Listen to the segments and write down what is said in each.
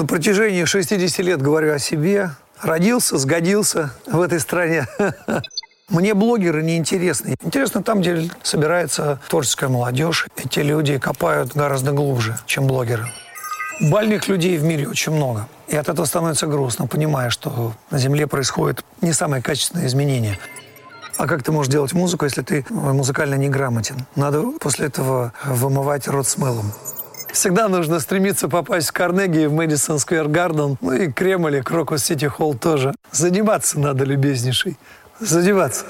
На протяжении 60 лет говорю о себе. Родился, сгодился в этой стране. Мне блогеры не интересны. Интересно там, где собирается творческая молодежь. Эти люди копают гораздо глубже, чем блогеры. Больных людей в мире очень много. И от этого становится грустно, понимая, что на Земле происходит не самые качественные изменения. А как ты можешь делать музыку, если ты музыкально неграмотен? Надо после этого вымывать рот с мылом. Всегда нужно стремиться попасть в Карнеги, в Мэдисон Сквер Гарден, ну и Кремль, и Крокус Сити Холл тоже. Заниматься надо, любезнейший. Заниматься.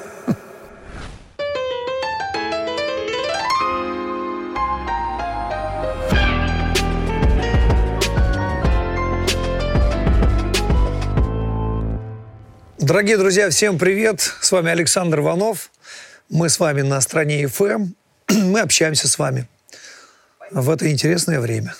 Дорогие друзья, всем привет! С вами Александр Иванов. Мы с вами на стране FM. Мы общаемся с вами в это интересное время.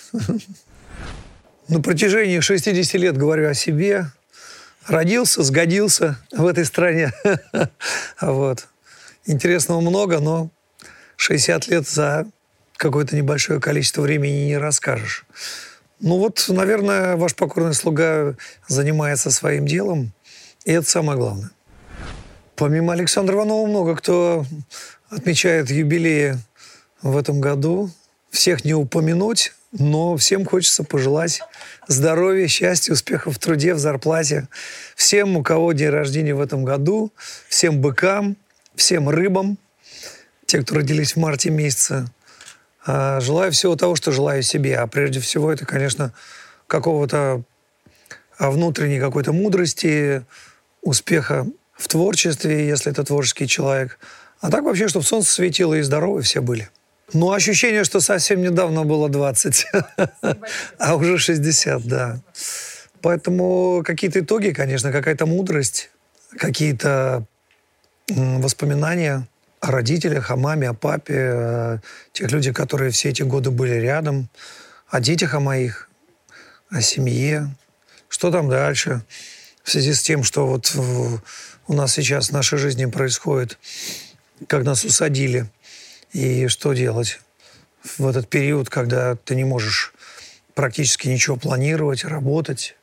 На протяжении 60 лет говорю о себе. Родился, сгодился в этой стране. Вот. Интересного много, но 60 лет за какое-то небольшое количество времени не расскажешь. Ну вот, наверное, ваш покорный слуга занимается своим делом. И это самое главное. Помимо Александра Иванова, много кто отмечает юбилеи в этом году. Всех не упомянуть, но всем хочется пожелать здоровья, счастья, успехов в труде, в зарплате. Всем, у кого день рождения в этом году, всем быкам, всем рыбам, те, кто родились в марте месяце. Желаю всего того, что желаю себе. А прежде всего это, конечно, какого-то внутренней какой-то мудрости, успеха в творчестве, если это творческий человек. А так вообще, чтобы солнце светило и здоровы все были. Ну, ощущение, что совсем недавно было 20, а уже 60, да. Поэтому какие-то итоги, конечно, какая-то мудрость, какие-то воспоминания о родителях, о маме, о папе, о тех людях, которые все эти годы были рядом, о детях, о моих, о семье. Что там дальше? В связи с тем, что вот у нас сейчас в нашей жизни происходит, как нас усадили, и что делать в этот период, когда ты не можешь практически ничего планировать, работать,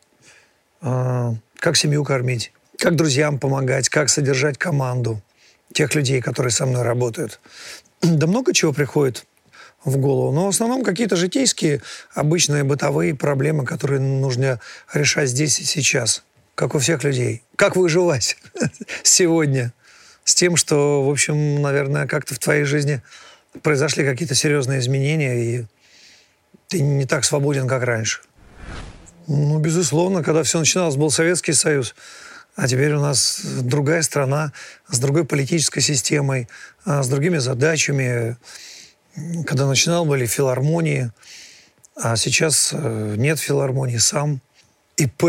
как семью кормить, как друзьям помогать, как содержать команду тех людей, которые со мной работают. Да много чего приходит в голову, но в основном какие-то житейские, обычные бытовые проблемы, которые нужно решать здесь и сейчас, как у всех людей. Как выживать сегодня с тем, что, в общем, наверное, как-то в твоей жизни произошли какие-то серьезные изменения, и ты не так свободен, как раньше. Ну, безусловно, когда все начиналось, был Советский Союз, а теперь у нас другая страна с другой политической системой, с другими задачами. Когда начинал, были филармонии, а сейчас нет филармонии, сам ИП.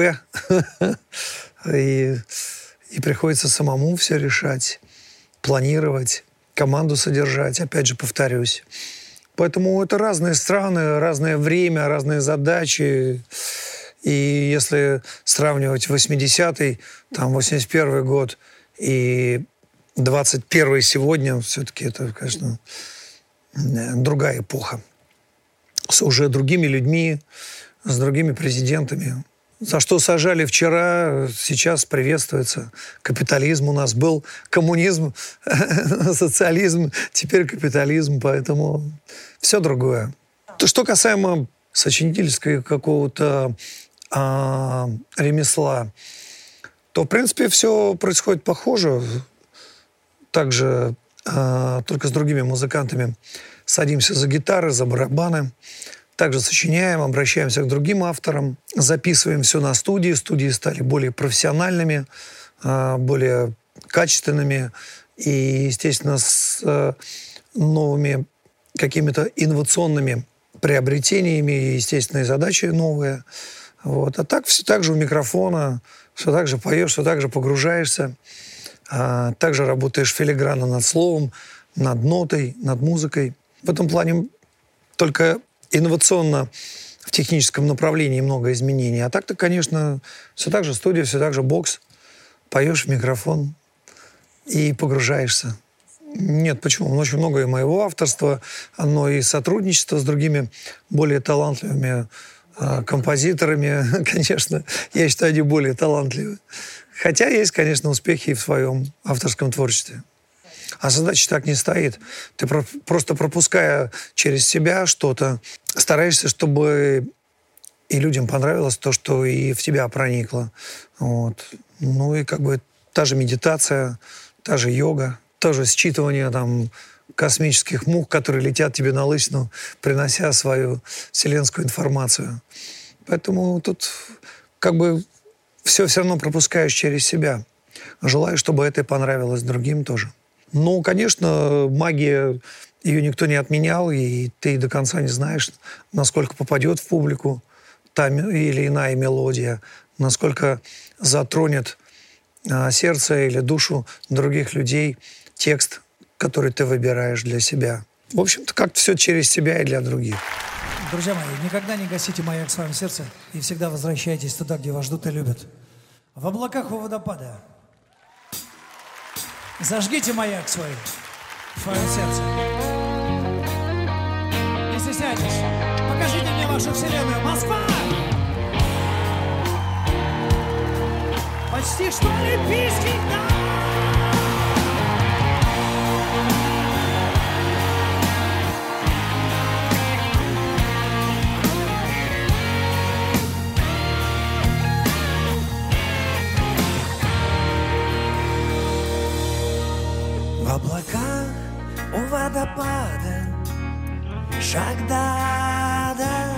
И приходится самому все решать, планировать, команду содержать, опять же, повторюсь. Поэтому это разные страны, разное время, разные задачи. И если сравнивать 80-й, там, 81-й год и 21-й сегодня, все-таки это, конечно, другая эпоха. С уже другими людьми, с другими президентами. За что сажали вчера, сейчас приветствуется. Капитализм у нас был, коммунизм, социализм, теперь капитализм, поэтому все другое. То, что касаемо сочинительского какого-то ремесла, то, в принципе, все происходит похоже. Также только с другими музыкантами садимся за гитары, за барабаны. Также сочиняем, обращаемся к другим авторам, записываем все на студии. Студии стали более профессиональными, более качественными и, естественно, с новыми какими-то инновационными приобретениями и, естественно, задачи новые. Вот. А так все так же у микрофона, все так же поешь, все так же погружаешься, также работаешь филигранно над словом, над нотой, над музыкой. В этом плане только инновационно в техническом направлении много изменений. А так-то, конечно, все так же студия, все так же бокс. Поешь в микрофон и погружаешься. Нет, почему? Очень много и моего авторства, но и сотрудничество с другими более талантливыми композиторами, конечно, я считаю, они более талантливы. Хотя есть, конечно, успехи и в своем авторском творчестве. А задача так не стоит. Ты просто пропуская через себя что-то, стараешься, чтобы и людям понравилось то, что и в тебя проникло. Вот. Ну и как бы та же медитация, та же йога, тоже считывание там космических мух, которые летят тебе на лысину, принося свою вселенскую информацию. Поэтому тут как бы все равно пропускаешь через себя. Желаю, чтобы это понравилось другим тоже. Ну, конечно, магия, ее никто не отменял, и ты до конца не знаешь, насколько попадет в публику та или иная мелодия, насколько затронет сердце или душу других людей текст, который ты выбираешь для себя. В общем-то, как-то все через себя и для других. Друзья мои, никогда не гасите маяк в своем сердце и всегда возвращайтесь туда, где вас ждут и любят. В облаках у водопада. Зажгите маяк свой в своем сердце. Не стесняйтесь. Покажите мне вашу вселенную. Москва! Почти что олимпийский, да! В облаках у водопада шаг да-да.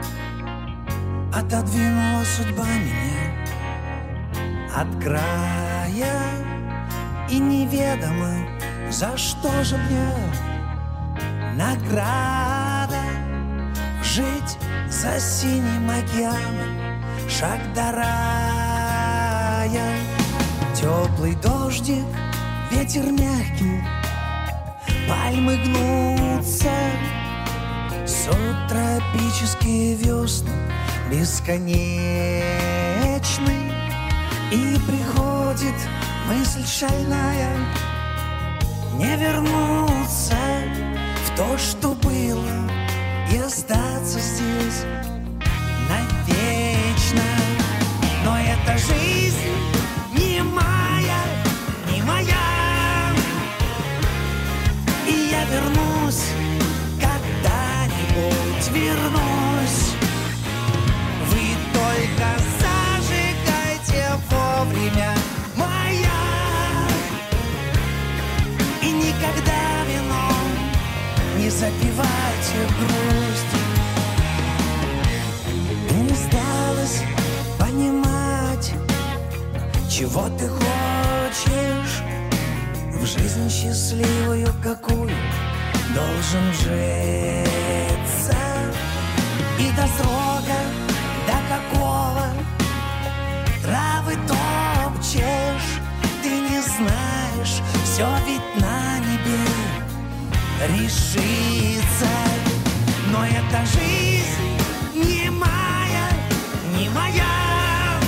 Отодвинула судьба меня от края, и неведомо, за что же мне награда. Жить за синим океаном, шаг до рая. Теплый дождик, ветер мягкий, пальмы гнутся, субтропические весны бесконечны. И приходит мысль шальная не вернуться в то, что было, и остаться здесь навечно. Но эта жизнь не моя, не моя, и я вернусь, когда-нибудь вернусь. Вы только зажигайте вовремя маяк, и никогда вином не запивайте грусть. И не осталось понимать, чего ты хочешь в жизнь счастливую, какую должен житься. И до срока, до какого травы топчешь, ты не знаешь, все ведь на небе решится. Но эта жизнь не моя, не моя,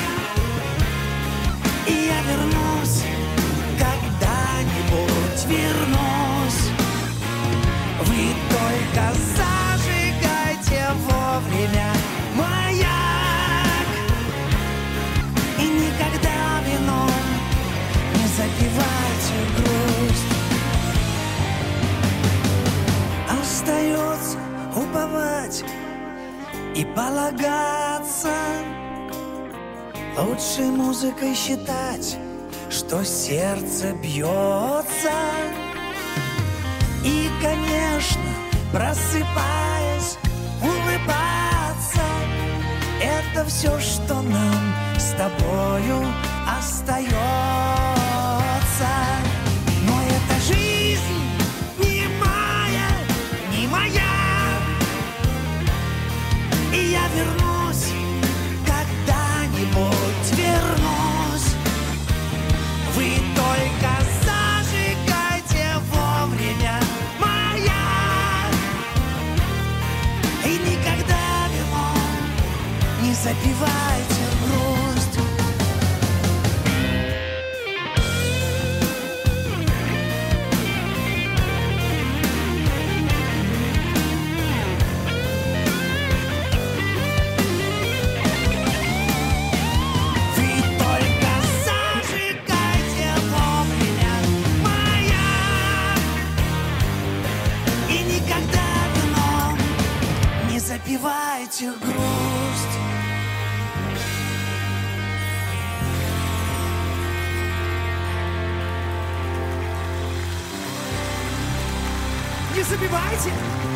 и я вернусь, когда-нибудь вернусь. Вы только зажигайте вовремя маяк, и никогда вином не запивайте грусть. Остается уповать и полагаться, лучшей музыкой считать, что сердце бьется. И, конечно, просыпаясь, улыбаться. Это все, что нам с тобою остается. Но эта жизнь не моя, не моя, и я вернусь, когда-нибудь вернусь. Вы только зажигайте вовремя маяк, и никогда вином не запивайте грусть. Ручки забивайте.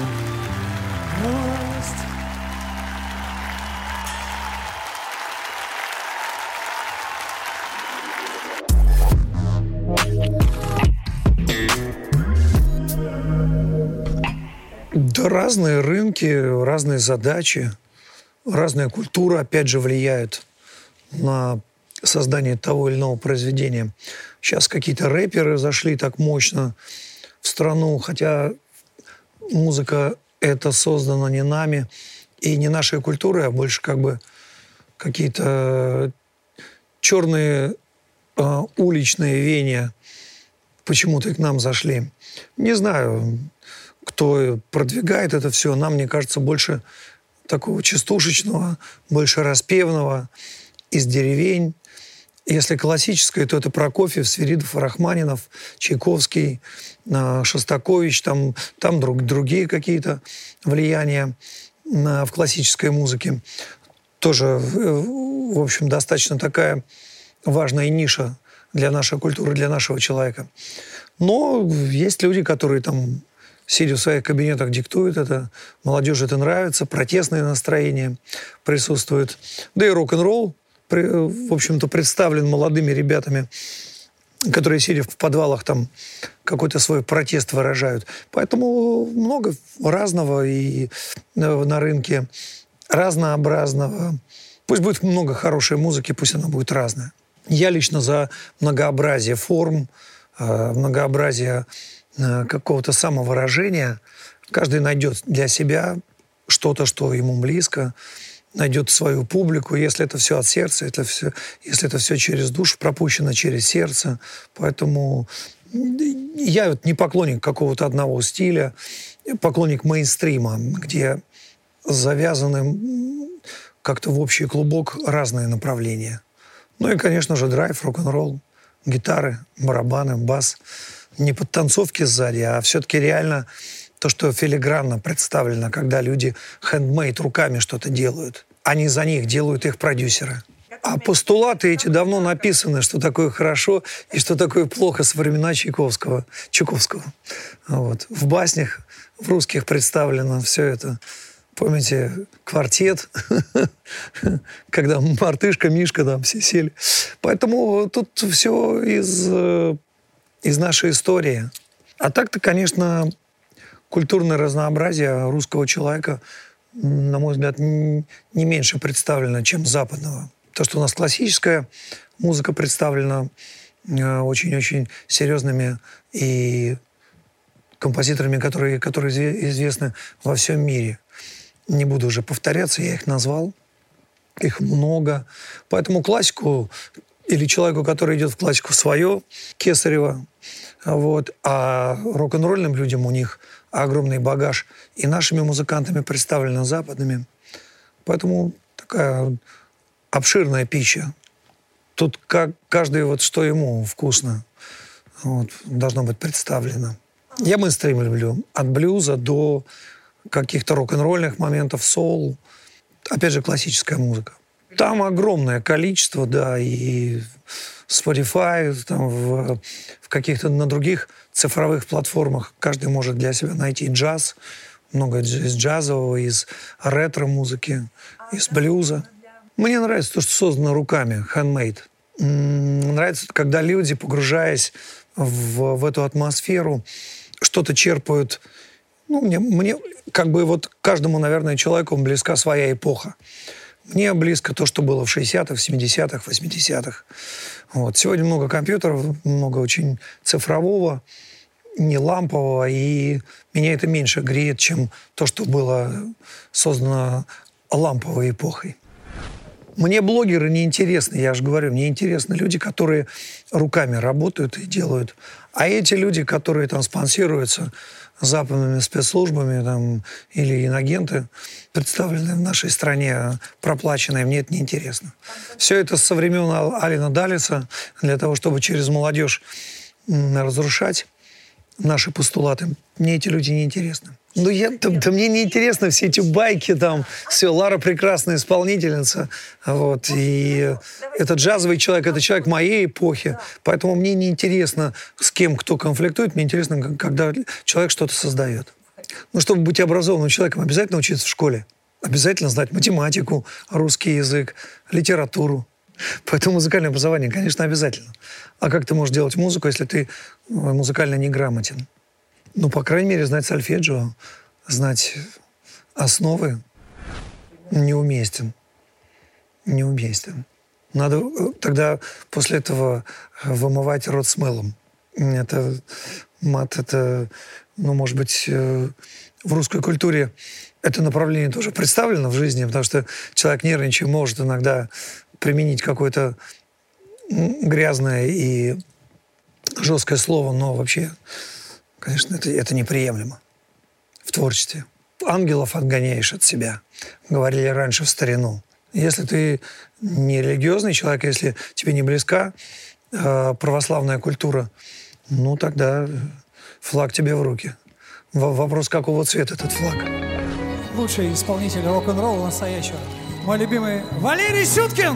Да, разные рынки, разные задачи, разная культура, опять же, влияют на создание того или иного произведения. Сейчас какие-то рэперы зашли так мощно в страну, хотя музыка эта создана не нами и не нашей культурой, а больше как бы какие-то черные уличные веяния почему-то и к нам зашли. Не знаю, кто продвигает это все. Нам, мне кажется, больше такого частушечного, больше распевного, из деревень. Если классическое, то это Прокофьев, Свиридов, Рахманинов, Чайковский, Шостакович, там другие какие-то влияния в классической музыке. Тоже, в общем, достаточно такая важная ниша для нашей культуры, для нашего человека. Но есть люди, которые там, сидя в своих кабинетах, диктуют это. Молодежи это нравится, протестные настроения присутствуют. Да и рок-н-ролл, в общем-то, представлен молодыми ребятами, которые, сидя в подвалах, там какой-то свой протест выражают. Поэтому много разного и на рынке, разнообразного. Пусть будет много хорошей музыки, пусть она будет разная. Я лично за многообразие форм, многообразие какого-то самовыражения. Каждый найдет для себя что-то, что ему близко, найдет свою публику, если это все от сердца, если это все через душу пропущено, через сердце. Поэтому я не поклонник какого-то одного стиля, поклонник мейнстрима, где завязаны как-то в общий клубок разные направления. Ну и, конечно же, драйв, рок-н-ролл, гитары, барабаны, бас. Не подтанцовки сзади, а все-таки реально то, что филигранно представлено, когда люди хендмейд руками что-то делают. Они за них делают их продюсеры. А постулаты эти давно написаны, что такое хорошо и что такое плохо со времена Чайковского. Вот. В баснях, в русских представлено все это. Помните, квартет, когда Мартышка, Мишка, там все сели. Поэтому тут все из нашей истории. А так-то, конечно, культурное разнообразие русского человека, на мой взгляд, не меньше представлено, чем западного. То, что у нас классическая музыка представлена очень-очень серьезными и композиторами, которые известны во всем мире. Не буду уже повторяться, я их назвал. Их много. Поэтому классику или человеку, который идет в классику, свое, Кесарева. Вот. А рок-н-ролльным людям у них огромный багаж. И нашими музыкантами представлено западными. Поэтому такая обширная пища. Тут каждый вот что ему вкусно вот, должно быть представлено. Я мейнстрим люблю. От блюза до каких-то рок-н-ролльных моментов, соул. Опять же, классическая музыка. Там огромное количество, да, и Spotify, там в каких-то на других цифровых платформах каждый может для себя найти джаз, много из джазового, из ретро-музыки, из блюза. Мне нравится то, что создано руками, handmade. Нравится, когда люди, погружаясь в эту атмосферу, что-то черпают. Ну, мне как бы вот каждому, наверное, человеку близка своя эпоха. Мне близко то, что было в 60-х, 70-х, 80-х. Вот. Сегодня много компьютеров, много очень цифрового, не лампового, и меня это меньше греет, чем то, что было создано ламповой эпохой. Мне блогеры не интересны, я же говорю, мне интересны люди, которые руками работают и делают. А эти люди, которые там спонсируются западными спецслужбами там, или инагенты, представленные в нашей стране, проплаченные, мне это неинтересно. Все это со времен Алина Далиса для того, чтобы через молодежь разрушать наши постулаты. Мне эти люди не интересны. Ну, мне не интересны все эти байки, там, все, Лара прекрасная исполнительница, вот, и это джазовый человек, это человек моей эпохи, поэтому мне не интересно, с кем кто конфликтует, мне интересно, когда человек что-то создает. Ну, чтобы быть образованным человеком, обязательно учиться в школе, обязательно знать математику, русский язык, литературу. Поэтому музыкальное образование, конечно, обязательно. А как ты можешь делать музыку, если ты музыкально неграмотен? Ну, по крайней мере, знать сольфеджио, знать основы неуместен. Неуместен. Надо тогда после этого вымывать рот с мылом. Это мат, это, ну, может быть, в русской культуре это направление тоже представлено в жизни, потому что человек нервничая может иногда применить какое-то грязное и жесткое слово, но вообще, конечно, это неприемлемо в творчестве. Ангелов отгоняешь от себя, говорили раньше в старину. Если ты не религиозный человек, если тебе не близка православная культура, ну тогда флаг тебе в руки. Вопрос, какого цвета этот флаг? Лучший исполнитель рок-н-ролла настоящего. Мой любимый Валерий Сюткин.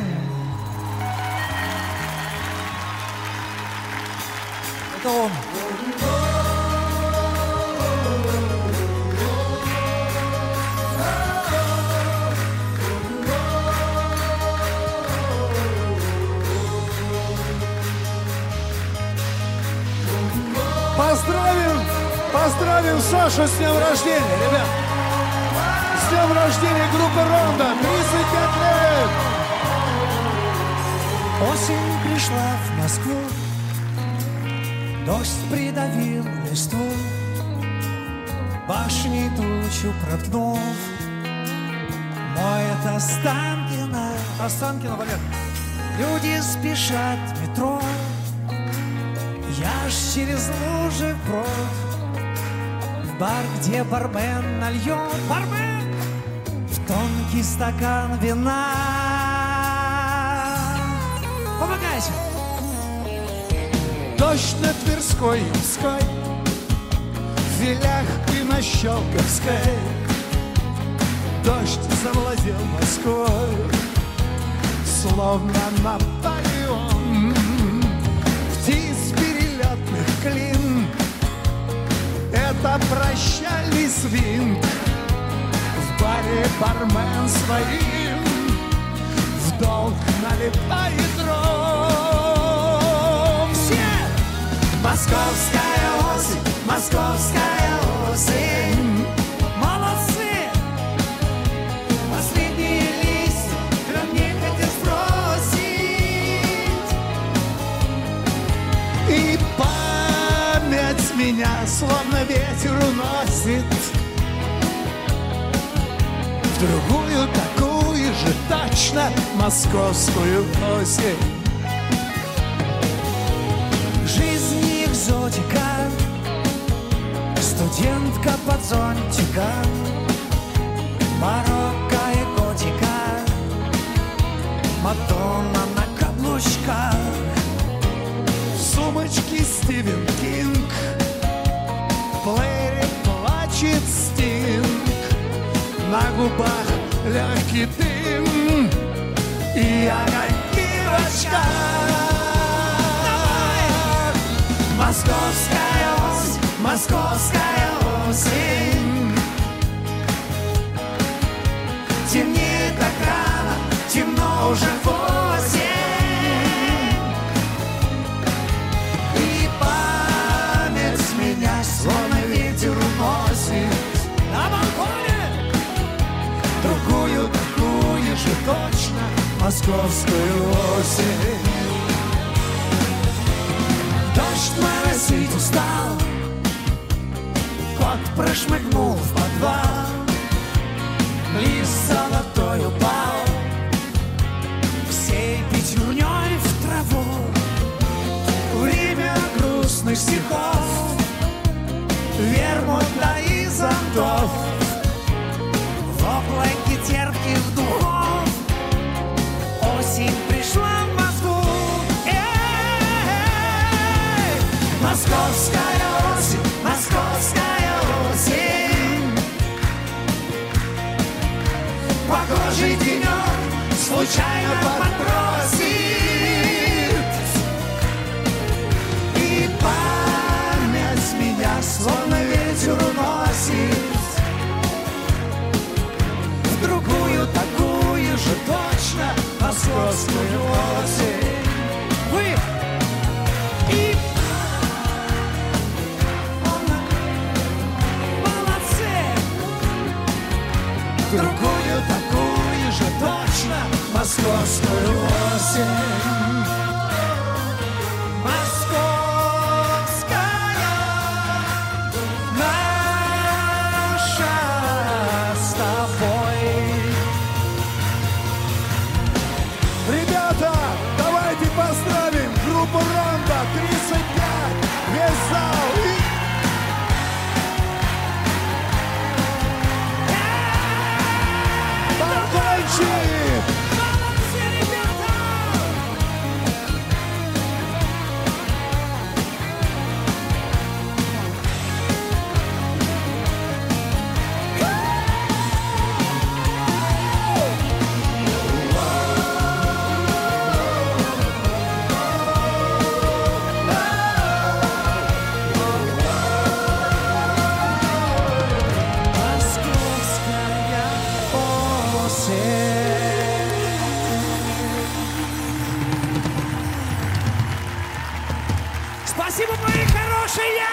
Это он. Поздравим Сашу с днем рождения, ребят! С днем рождения группы Ронда! 35 лет! Осень пришла в Москву, дождь придавил листву, башни тучу проткнув. Мой это Останкино, Валер. Люди спешат в метро, я ж через лужи вброд, в бар, где бармен нальет в тонкий стакан вина. Помогайте! Дождь на Тверской и Пской, в Вилях и на Щелковской, дождь завладел Москвой, словно Наполеон. Птиц перелетных клин, это прощальный свинг. В баре бармен своим в долг наливает ром. Все! Московская осень, молодцы! Последние листья прям не хотят сбросить. И память меня словно ветер уносит в другую, такую же точно московскую осень. Жизнь экзотика, студентка под зонтиком, барокко и готика, Мадонна на каблучках. В сумочке Стивен Кинг, в плеере плачет Стинг, на губах легкий дым и огоньки в очках. Московская осень, темнеет так рано, темно уже в 8. И память меня словно ветер уносит на балконе другую, такую же точно московскую осень. Дождь моросить устал, кот прошмыгнул в подвал, лист золотой упал всей пятерней в траву. Время грустных стихов, вермута и зонтов, в облаке терпких духов осень пришла в Москву. Московская осень, случайно подбросит, и память меня словно ветер уносит в другую, такую же точно московскую осень. Вы и молодцы, в другую, такую же точно московскую осень. Московская наша с тобой. Ребята, давайте поздравим группу Ронда, 35, весь зал. И... Богданчик! Молодцы, ребята! Московская осень. Спасибо, мои хорошие!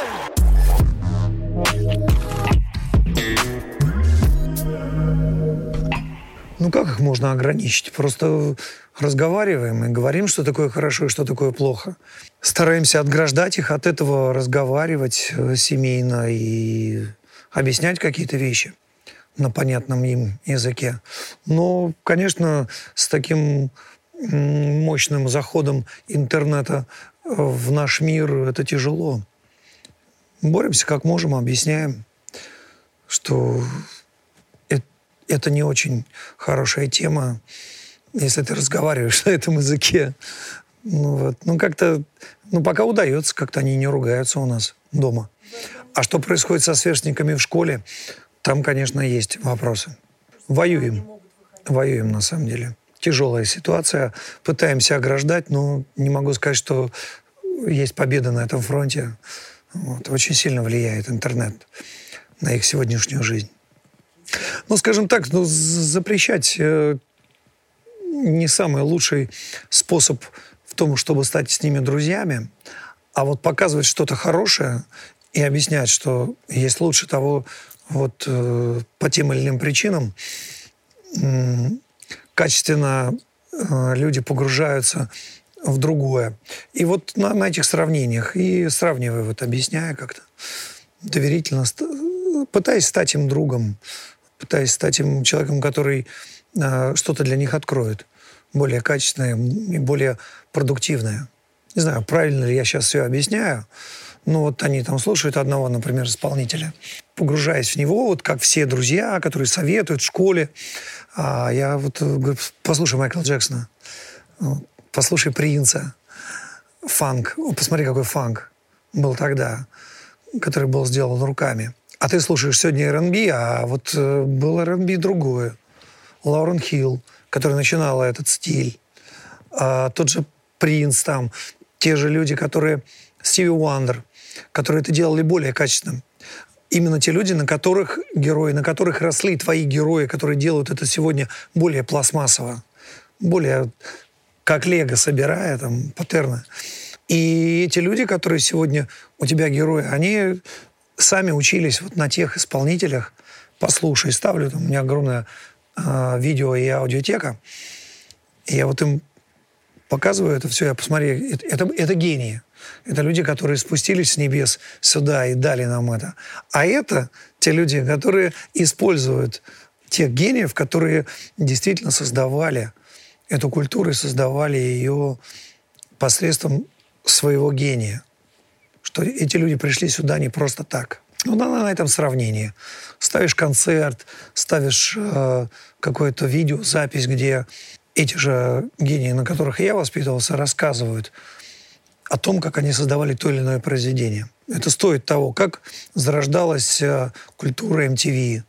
Ну как их можно ограничить? Просто разговариваем и говорим, что такое хорошо и что такое плохо. Стараемся отграждать их от этого, разговаривать семейно и объяснять какие-то вещи на понятном им языке. Но, конечно, с таким мощным заходом интернета в наш мир это тяжело. Боремся как можем, объясняем, что это не очень хорошая тема, если ты разговариваешь на этом языке. Ну, вот. Ну, как-то, ну, пока удается, как-то они не ругаются у нас дома. А что происходит со сверстниками в школе, там, конечно, есть вопросы. Воюем. Воюем, на самом деле. Тяжелая ситуация. Пытаемся ограждать, но не могу сказать, что есть победа на этом фронте. Вот. Очень сильно влияет интернет на их сегодняшнюю жизнь. Ну, скажем так, ну, запрещать не самый лучший способ в том, чтобы стать с ними друзьями, а вот показывать что-то хорошее и объяснять, что есть лучше того, вот по тем или иным причинам качественно люди погружаются в другое. И вот на этих сравнениях, и сравнивая, вот объясняя как-то доверительно, пытаясь стать им другом, пытаясь стать им человеком, который что-то для них откроет, более качественное и более продуктивное. Не знаю, правильно ли я сейчас все объясняю, но вот они там слушают одного, например, исполнителя, погружаясь в него, вот как все друзья, которые советуют в школе. А я вот говорю, послушай Майкла Джексона, послушай Принца, фанк, посмотри, какой фанк был тогда, который был сделан руками. А ты слушаешь сегодня R&B, а вот был R&B другое. Лаурен Хилл, которая начинала этот стиль. Тот же Принц там. Те же люди, которые... Стиви Уандер, которые это делали более качественным. Именно те люди, на которых герои, на которых росли твои герои, которые делают это сегодня более пластмассово. Более как лего, собирая там паттерны. И эти люди, которые сегодня у тебя герои, они... сами учились вот на тех исполнителях. Послушай, ставлю, там у меня огромное видео и аудиотека. И я вот им показываю это все, я посмотри, это гении. Это люди, которые спустились с небес сюда и дали нам это. А это те люди, которые используют тех гениев, которые действительно создавали эту культуру и создавали ее посредством своего гения. Что эти люди пришли сюда не просто так. Ну, на этом сравнении. Ставишь концерт, ставишь какое-то видео, запись, где эти же гении, на которых я воспитывался, рассказывают о том, как они создавали то или иное произведение. Это стоит того, как зарождалась культура MTV,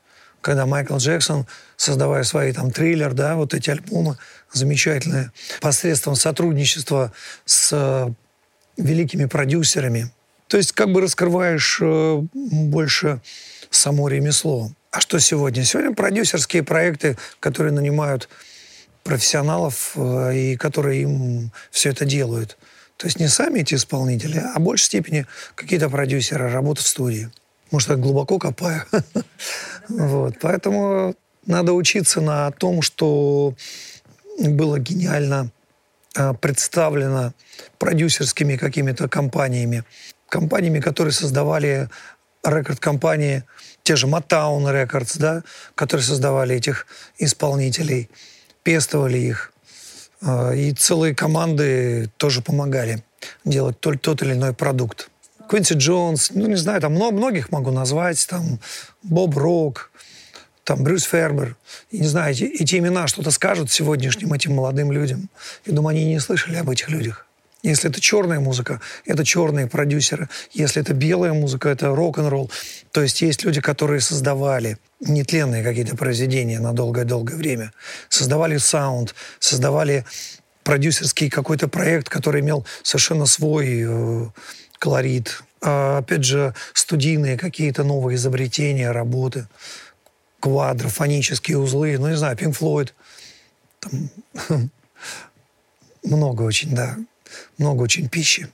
когда Майкл Джексон, создавая свои там «Триллер», да, вот эти альбомы замечательные, посредством сотрудничества с великими продюсерами. То есть как бы раскрываешь больше само ремесло. А что сегодня? Сегодня продюсерские проекты, которые нанимают профессионалов и которые им все это делают. То есть не сами эти исполнители, а в большей степени какие-то продюсеры, работа в студии. Может, я глубоко копаю. Вот. Поэтому надо учиться на том, что было гениально представлено продюсерскими какими-то компаниями. Компаниями, которые создавали рекорд-компании, те же Motown Records, да, которые создавали этих исполнителей, пестовали их. И целые команды тоже помогали делать тот или иной продукт. Квинси Джонс, ну, не знаю, там многих могу назвать, там Боб Рок, там Брюс Фербер. И, не знаю, эти имена что-то скажут сегодняшним этим молодым людям. Я думаю, они не слышали об этих людях. Если это черная музыка, это черные продюсеры. Если это белая музыка, это рок-н-ролл. То есть есть люди, которые создавали нетленные какие-то произведения на долгое-долгое время. Создавали саунд, создавали продюсерский какой-то проект, который имел совершенно свой колорит. Опять же, студийные какие-то новые изобретения, работы, квадро, фонические узлы. Ну, не знаю, Pink Floyd. Там много очень, да. Много очень пищи.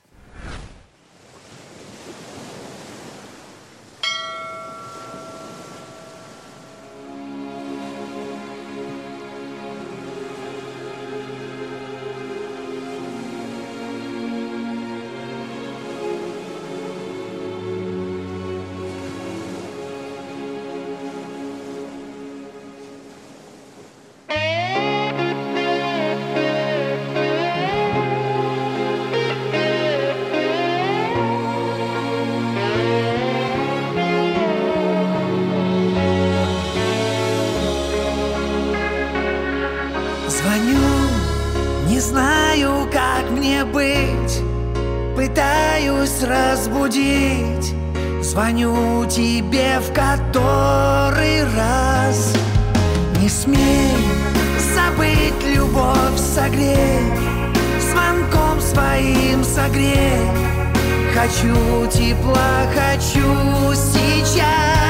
Разбудить, звоню тебе в который раз. Не смей забыть, любовь согрей, звонком своим согрей. Хочу тепла, хочу сейчас,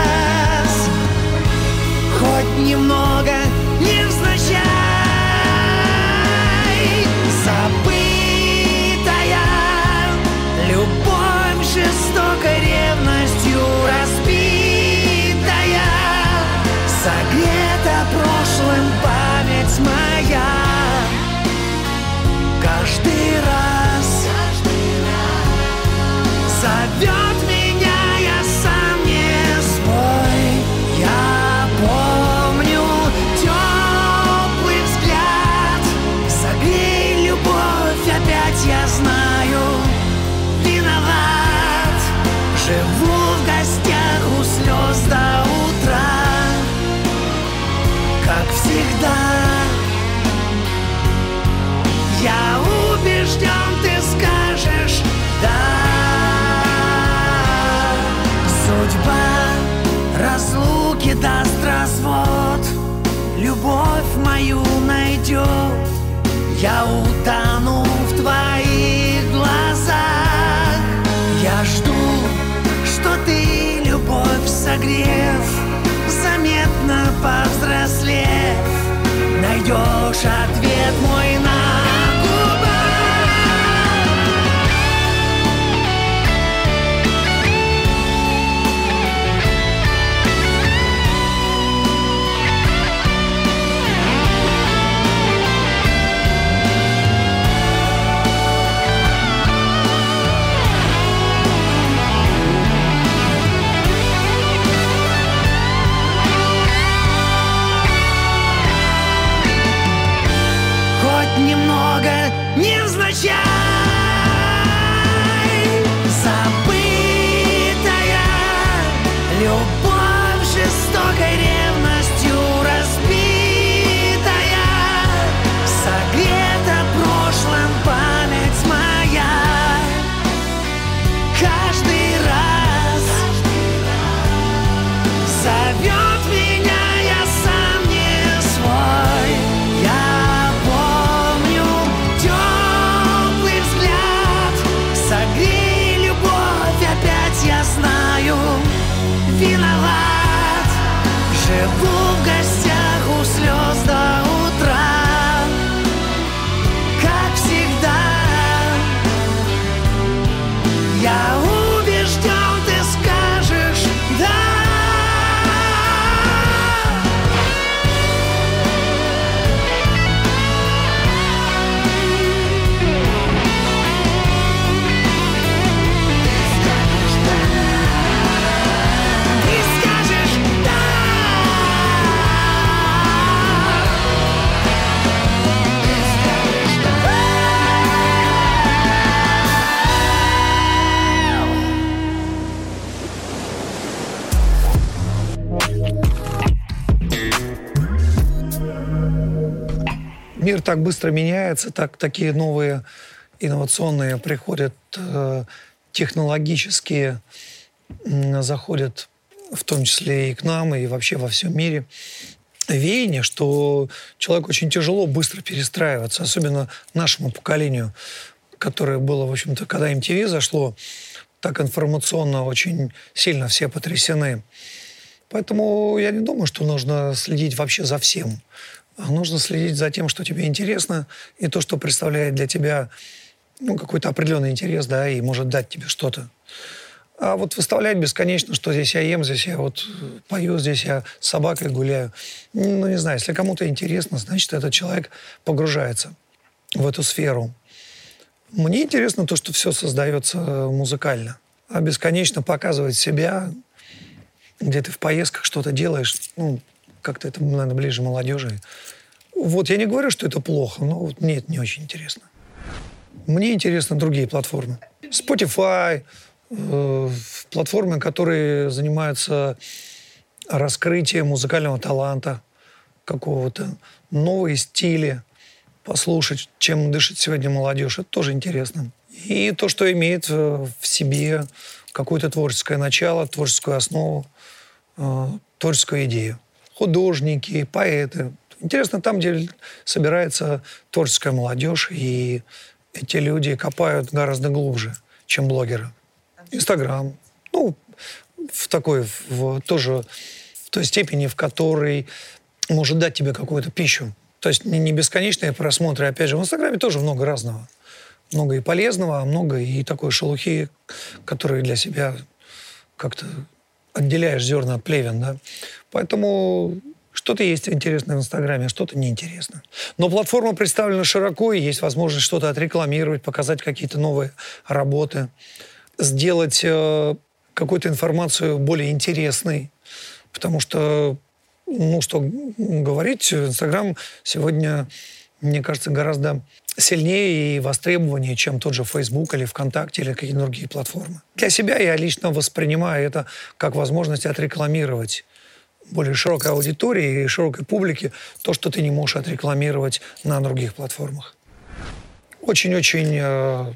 хоть немного невзначай. Забытая любовь жестокой ревностью разбитая, согрета прошлым память моя. Каждый раз зовет меня, я сам не свой. Я помню теплый взгляд, согрей любовь опять, я знаю, виноват. Живу в гостях у слез до утра, как всегда. Я убежден, ты скажешь «да». Судьба разлуки даст развод, любовь мою найдет. Я утону в твоих глазах. Я жду, что ты, любовь согрев, заметно повзрослев, найдешь ответ мой на губах. Немного невзначай. Забытая любовь жестокой ревностью разбитая, согрета прошлым память моя. Каждый раз зовет меня, Мир так быстро меняется, такие новые инновационные приходят, технологические, заходят в том числе и к нам, и вообще во всем мире веяние, что человеку очень тяжело быстро перестраиваться, особенно нашему поколению, которое было, в общем-то, когда MTV зашло, так информационно очень сильно все потрясены. Поэтому я не думаю, что нужно следить вообще за всем. Нужно следить за тем, что тебе интересно, и то, что представляет для тебя какой-то определенный интерес, да, и может дать тебе что-то. А вот выставлять бесконечно, что здесь я ем, здесь я вот пою, здесь я с собакой гуляю. Не знаю, если кому-то интересно, значит, этот человек погружается в эту сферу. Мне интересно то, что все создается музыкально. А бесконечно показывать себя, где ты в поездках что-то делаешь, как-то это, наверное, ближе молодежи. Вот я не говорю, что это плохо, но вот мне это не очень интересно. Мне интересны другие платформы. Spotify, платформы, которые занимаются раскрытием музыкального таланта какого-то, новые стили, послушать, чем дышит сегодня молодежь, это тоже интересно. И то, что имеет в себе какое-то творческое начало, творческую основу, творческую идею. Художники, поэты. Интересно там, где собирается творческая молодежь, и эти люди копают гораздо глубже, чем блогеры. Инстаграм. Тоже в той степени, в которой может дать тебе какую-то пищу. То есть не бесконечные просмотры. Опять же, в Инстаграме тоже много разного. Много и полезного, а много и такой шелухи, которые для себя как-то отделяешь зерна от плевен, да. Поэтому что-то есть интересное в Инстаграме, а что-то неинтересно. Но платформа представлена широко, и есть возможность что-то отрекламировать, показать какие-то новые работы, сделать какую-то информацию более интересной. Потому что, что говорить, Инстаграм сегодня, мне кажется, гораздо сильнее и востребованнее, чем тот же Facebook или ВКонтакте или какие-то другие платформы. Для себя я лично воспринимаю это как возможность отрекламировать более широкой аудитории и широкой публике то, что ты не можешь отрекламировать на других платформах. Очень-очень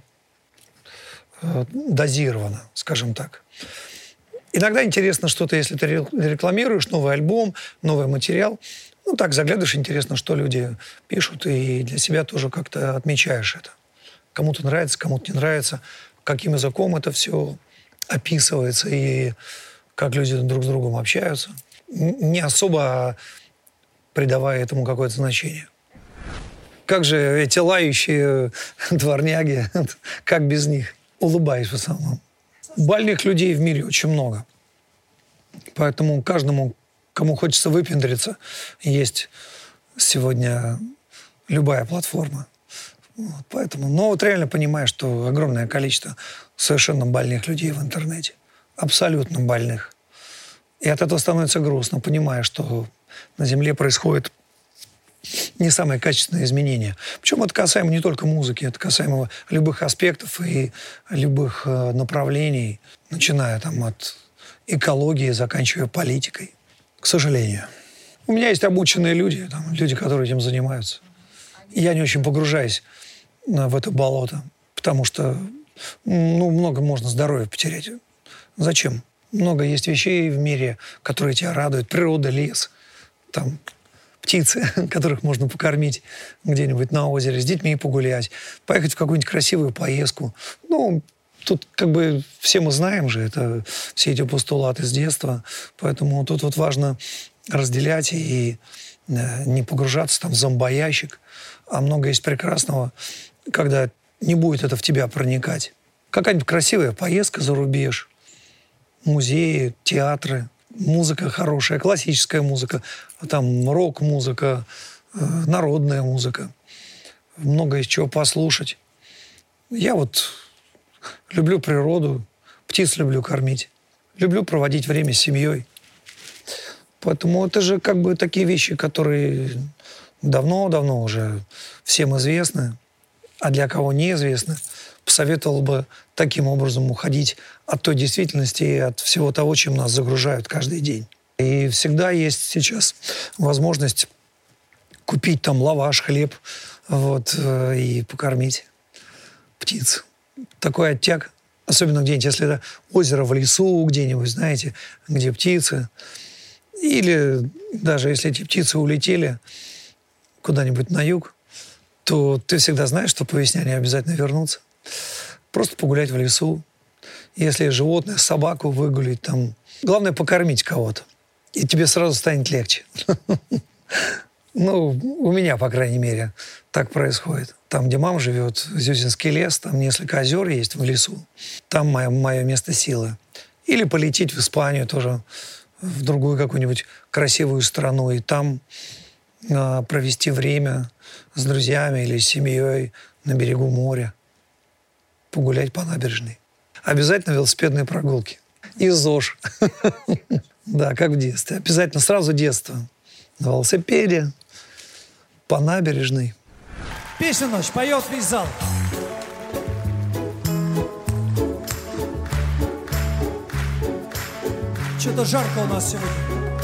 дозировано, скажем так. Иногда интересно что-то, если ты рекламируешь новый альбом, новый материал. Так заглядываешь, интересно, что люди пишут, и для себя тоже как-то отмечаешь это. Кому-то нравится, кому-то не нравится, каким языком это все описывается, и как люди друг с другом общаются, не особо придавая этому какое-то значение. Как же эти лающие дворняги, как без них? Улыбаюсь в основном. Бальных людей в мире очень много. Поэтому каждому, кому хочется выпендриться, есть сегодня любая платформа. Поэтому, но реально понимаю, что огромное количество совершенно больных людей в интернете. Абсолютно больных. И от этого становится грустно, понимая, что на Земле происходит не самые качественные изменения. Причем это касаемо не только музыки, это касаемо любых аспектов и любых направлений, начиная от экологии, заканчивая политикой. К сожалению. У меня есть обученные люди, люди, которые этим занимаются. И я не очень погружаюсь в это болото, потому что много можно здоровья потерять. Зачем? Много есть вещей в мире, которые тебя радуют. Природа, лес, птицы, которых можно покормить где-нибудь на озере, с детьми погулять, поехать в какую-нибудь красивую поездку. Тут все мы знаем же, это все эти постулаты с детства, поэтому тут важно разделять и не погружаться в зомбоящик, а много есть прекрасного, когда не будет это в тебя проникать. Какая-нибудь красивая поездка за рубеж, музеи, театры, музыка хорошая, классическая музыка, рок-музыка, народная музыка. Много из чего послушать. Я люблю природу, птиц люблю кормить, люблю проводить время с семьей. Поэтому это же такие вещи, которые давно-давно уже всем известны, а для кого неизвестны, посоветовал бы таким образом уходить от той действительности и от всего того, чем нас загружают каждый день. И всегда есть сейчас возможность купить там лаваш, хлеб, вот, и покормить птиц. Такой оттяг, особенно где-нибудь, если это озеро в лесу где-нибудь, знаете, где птицы. Или даже если эти птицы улетели куда-нибудь на юг, то ты всегда знаешь, что по весне они обязательно вернутся. Просто погулять в лесу. Если животное, собаку выгулить там. Главное, покормить кого-то. И тебе сразу станет легче. Ну, у меня, по крайней мере, так происходит. Там, где мама живет, Зюзинский лес, там несколько озер есть в лесу. Там мое место силы. Или полететь в Испанию тоже, в другую какую-нибудь красивую страну, и там провести время с друзьями или с семьей на берегу моря, погулять по набережной. Обязательно велосипедные прогулки. И ЗОЖ. Да, как в детстве. Обязательно сразу детство. На велосипеде, по набережной. Песня «Ночь» поет весь зал. Что-то жарко у нас сегодня.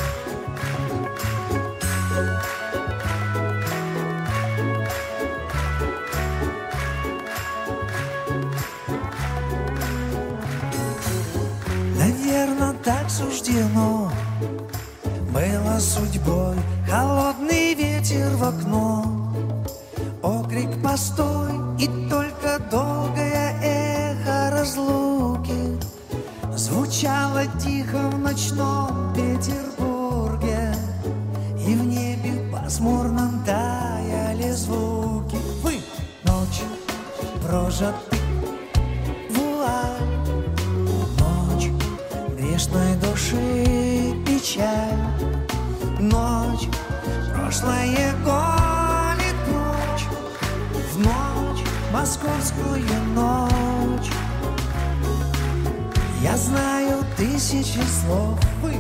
Наверно, так суждено было судьбой. Холодный ветер в окно, окрик «постой», и только долгое эхо разлуки звучало тихо в ночном Петербурге, и в небе пасмурном таяли звуки. Вы, ночь, прожатый вуаль, ночь грешной души печаль, ночь прошлое гонит прочь, в ночь, московскую ночь. Я знаю тысячи слов,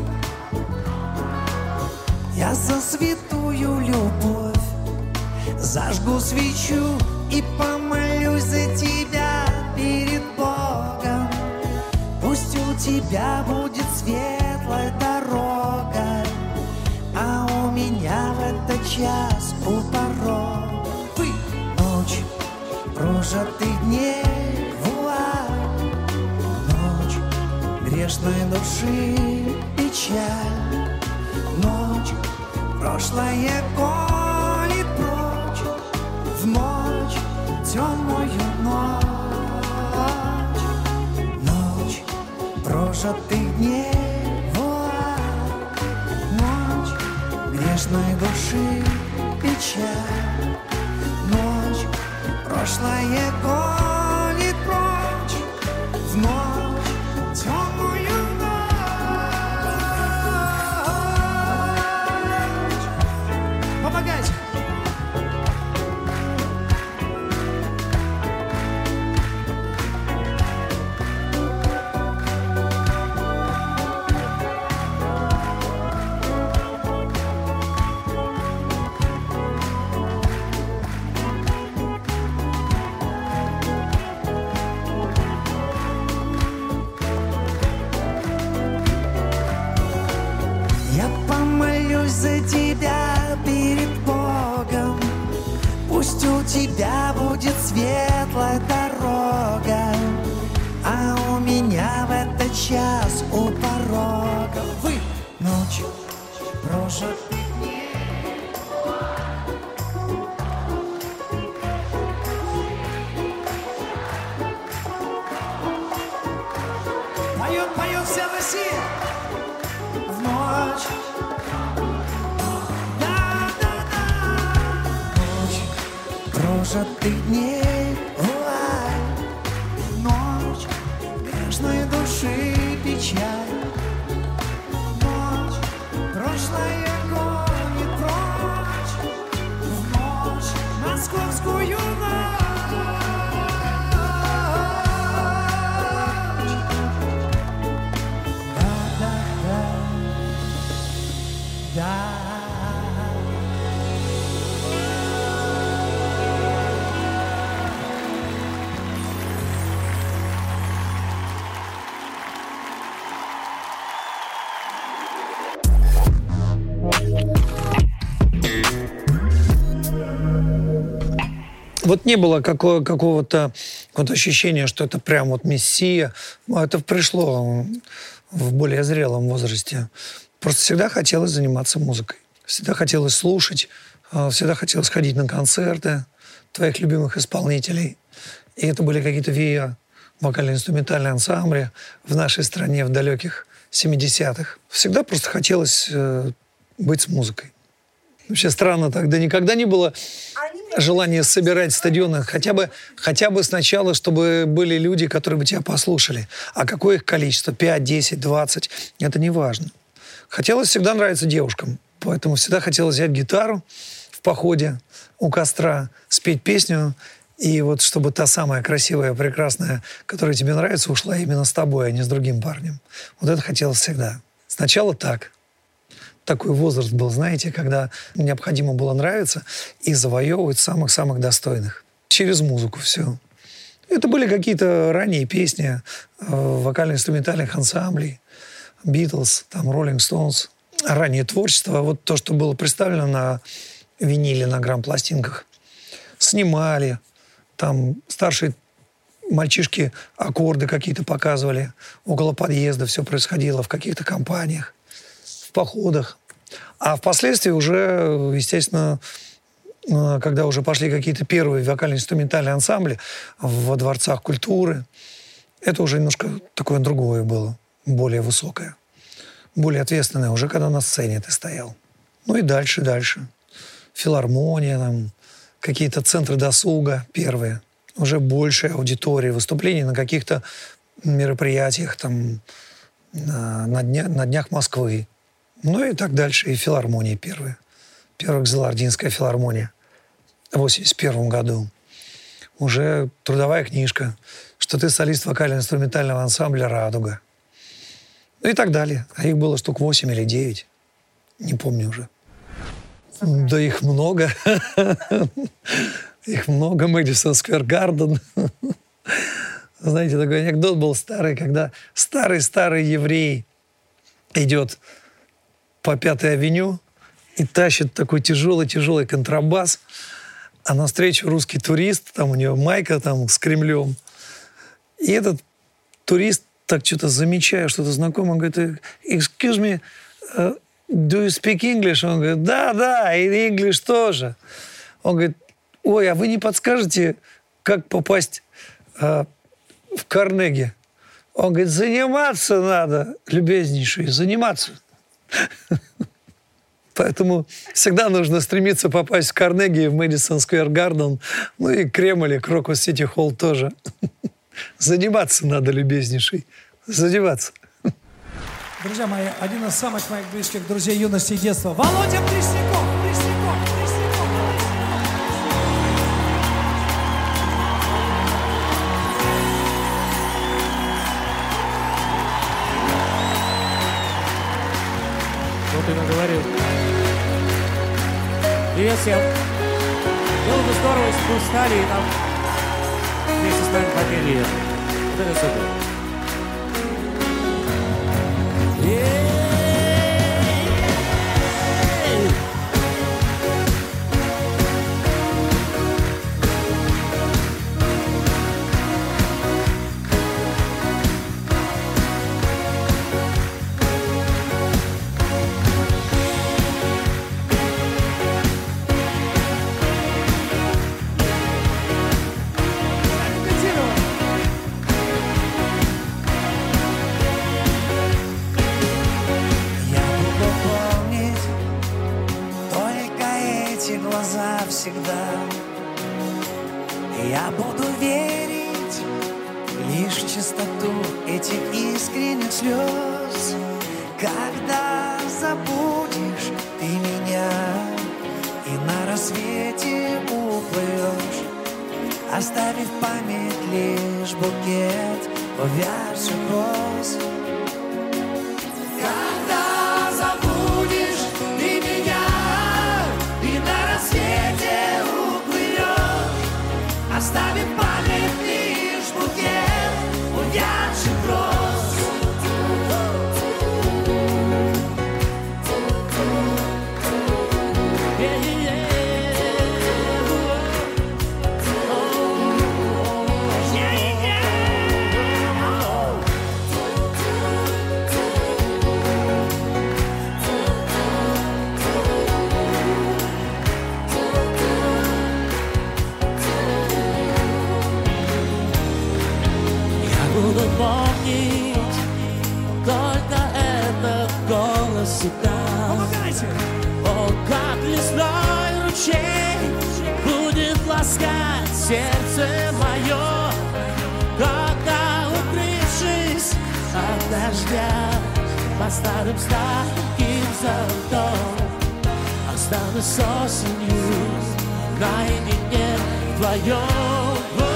я за святую любовь зажгу свечу и помолюсь за тебя перед Богом. Пусть у тебя будет светлая дорога, а у меня в этот час у порога. Ночь прожитых дней вуаль, ночь грешной души печаль, ночь прошлое гонит прочь, в ночь темную ночь, ночь прожитых дней вуаль, ночь грешной души печаль, ночь прошлое гонит прочь, в ночь темную ночь. Помогайте. Я помолюсь за тебя перед Богом. Пусть у тебя будет светлая дорога, а у меня в этот час у порога. Вы, ночь прожитых дней. Поет вся Россия. В ночь, ночь прожитых дней вуаль, ночь грешной души печаль, ночь прошлое гонит прочь, в ночь московскую ночь. Да. Вот не было какого-то вот ощущения, что это прям вот мессия. Это пришло в более зрелом возрасте. Просто всегда хотелось заниматься музыкой. Всегда хотелось слушать, всегда хотелось ходить на концерты твоих любимых исполнителей. И это были какие-то ВИА, вокально-инструментальные ансамбли в нашей стране в далеких 70-х. Всегда просто хотелось быть с музыкой. Вообще странно так. Да никогда не было желания собирать стадионы. Хотя бы сначала, чтобы были люди, которые бы тебя послушали. А какое их количество? 5, 10, 20? Это не важно. Хотелось всегда нравиться девушкам. Поэтому всегда хотелось взять гитару в походе у костра, спеть песню. И вот чтобы та самая красивая, прекрасная, которая тебе нравится, ушла именно с тобой, а не с другим парнем. Вот это хотелось всегда. Сначала так. Такой возраст был, знаете, когда необходимо было нравиться и завоевывать самых-самых достойных. Через музыку все. Это были какие-то ранние песни вокально-инструментальных ансамблей. Битлз, там, Роллинг Стоунс. Раннее творчество. Вот то, что было представлено на виниле, на грамм-пластинках. Снимали. Там старшие мальчишки аккорды какие-то показывали. Около подъезда все происходило в каких-то компаниях, в походах. А впоследствии уже, естественно, когда уже пошли какие-то первые вокально-инструментальные ансамбли во дворцах культуры, это уже немножко такое другое было, более высокое, более ответственное, уже когда на сцене ты стоял. Ну и дальше. Филармония, там, какие-то центры досуга первые, уже большая аудитория, выступлений на каких-то мероприятиях, там, на днях Москвы. Ну и так дальше, и филармонии первые. Первая Кзылординская филармония в 1981 году. Уже трудовая книжка, что ты солист вокально-инструментального ансамбля «Радуга». Ну и так далее. А их было штук 8 или 9. Не помню уже. Да их много. Их много. Мэдисон Сквер Гарден. Знаете, такой анекдот был старый, когда старый еврей идет по 5-й авеню и тащит такой тяжелый контрабас, а навстречу русский турист, там у него майка там с Кремлем. И этот турист так что-то замечая, что-то знакомое, он говорит: «Excuse me, do you speak English?» Он говорит: да, и English тоже. Он говорит: ой, а вы не подскажете, как попасть в Карнеги? Он говорит: заниматься надо, любезнейший, заниматься. Поэтому всегда нужно стремиться попасть в Карнеги, в Мэдисон Сквер Гарден, ну и Кремль, и Крокус Сити Холл тоже. Заниматься надо, любезнейший. Заниматься. Друзья мои, один из самых моих близких друзей юности и детства. Володя Пресняков. Вот и наговорил. Привет всем. Было бы здорово, если бы встали и там вместе с нами попели. Вот это супер. Всегда я буду верить лишь в чистоту этих искренних слез. Когда забудешь ты меня и на рассвете уплывешь, оставив в память лишь букет увядших роз. Оставим память лишь букет увядших роз. помнить только этот голос всегда. Помогайте! О, как лесной ручей будет ласкать сердце мое, когда, укрывшись от дождя, под старым зонтом останусь осенью в крайне твоем.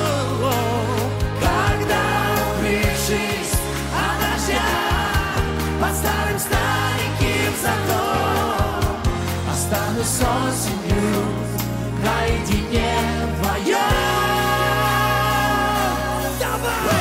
Когда, укрывшись от дождя, под старым стареньким зонтом останусь осенью наедине вдвоем. Давай!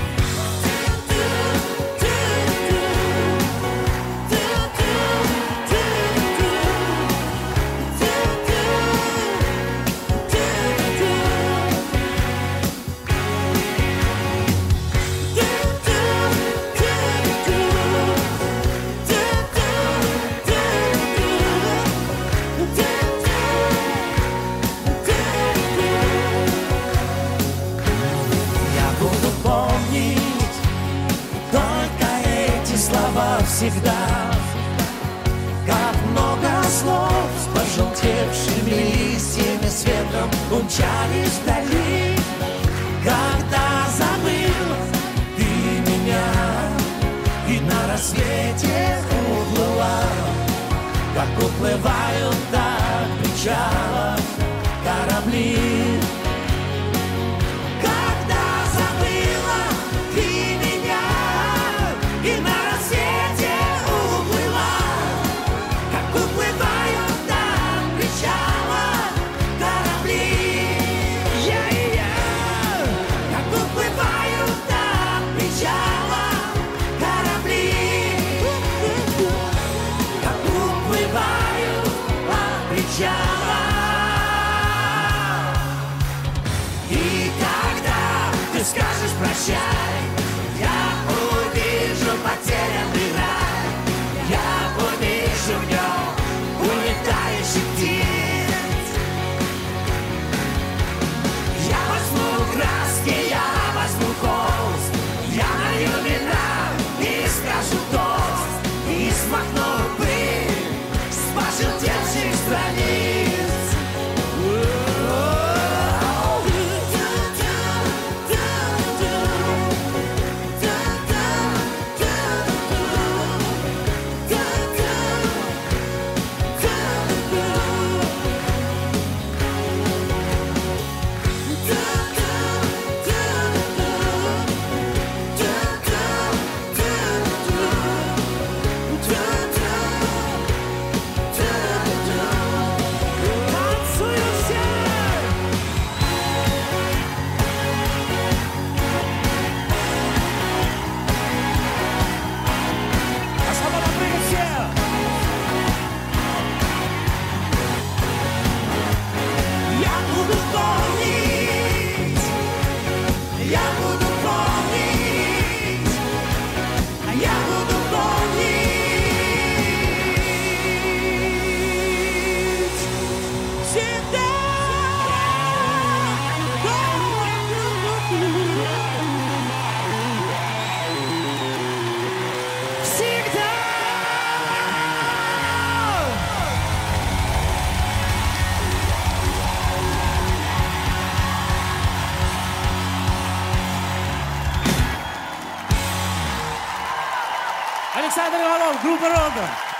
Всегда, как много слов с пожелтевшими листьями с ветром умчались вдали. Когда забыл ты меня и на рассвете уплыла, как уплывают до причала корабли. Когда забыла ты меня и на и когда ты скажешь прощай, я увижу потерянный рай, я увижу в нем улетающих птиц. Я возьму краски, я возьму холст, я налью вина и скажу тост, и смахну пыль с пожелтевших страниц. Александр Иванов, группа «Ронда».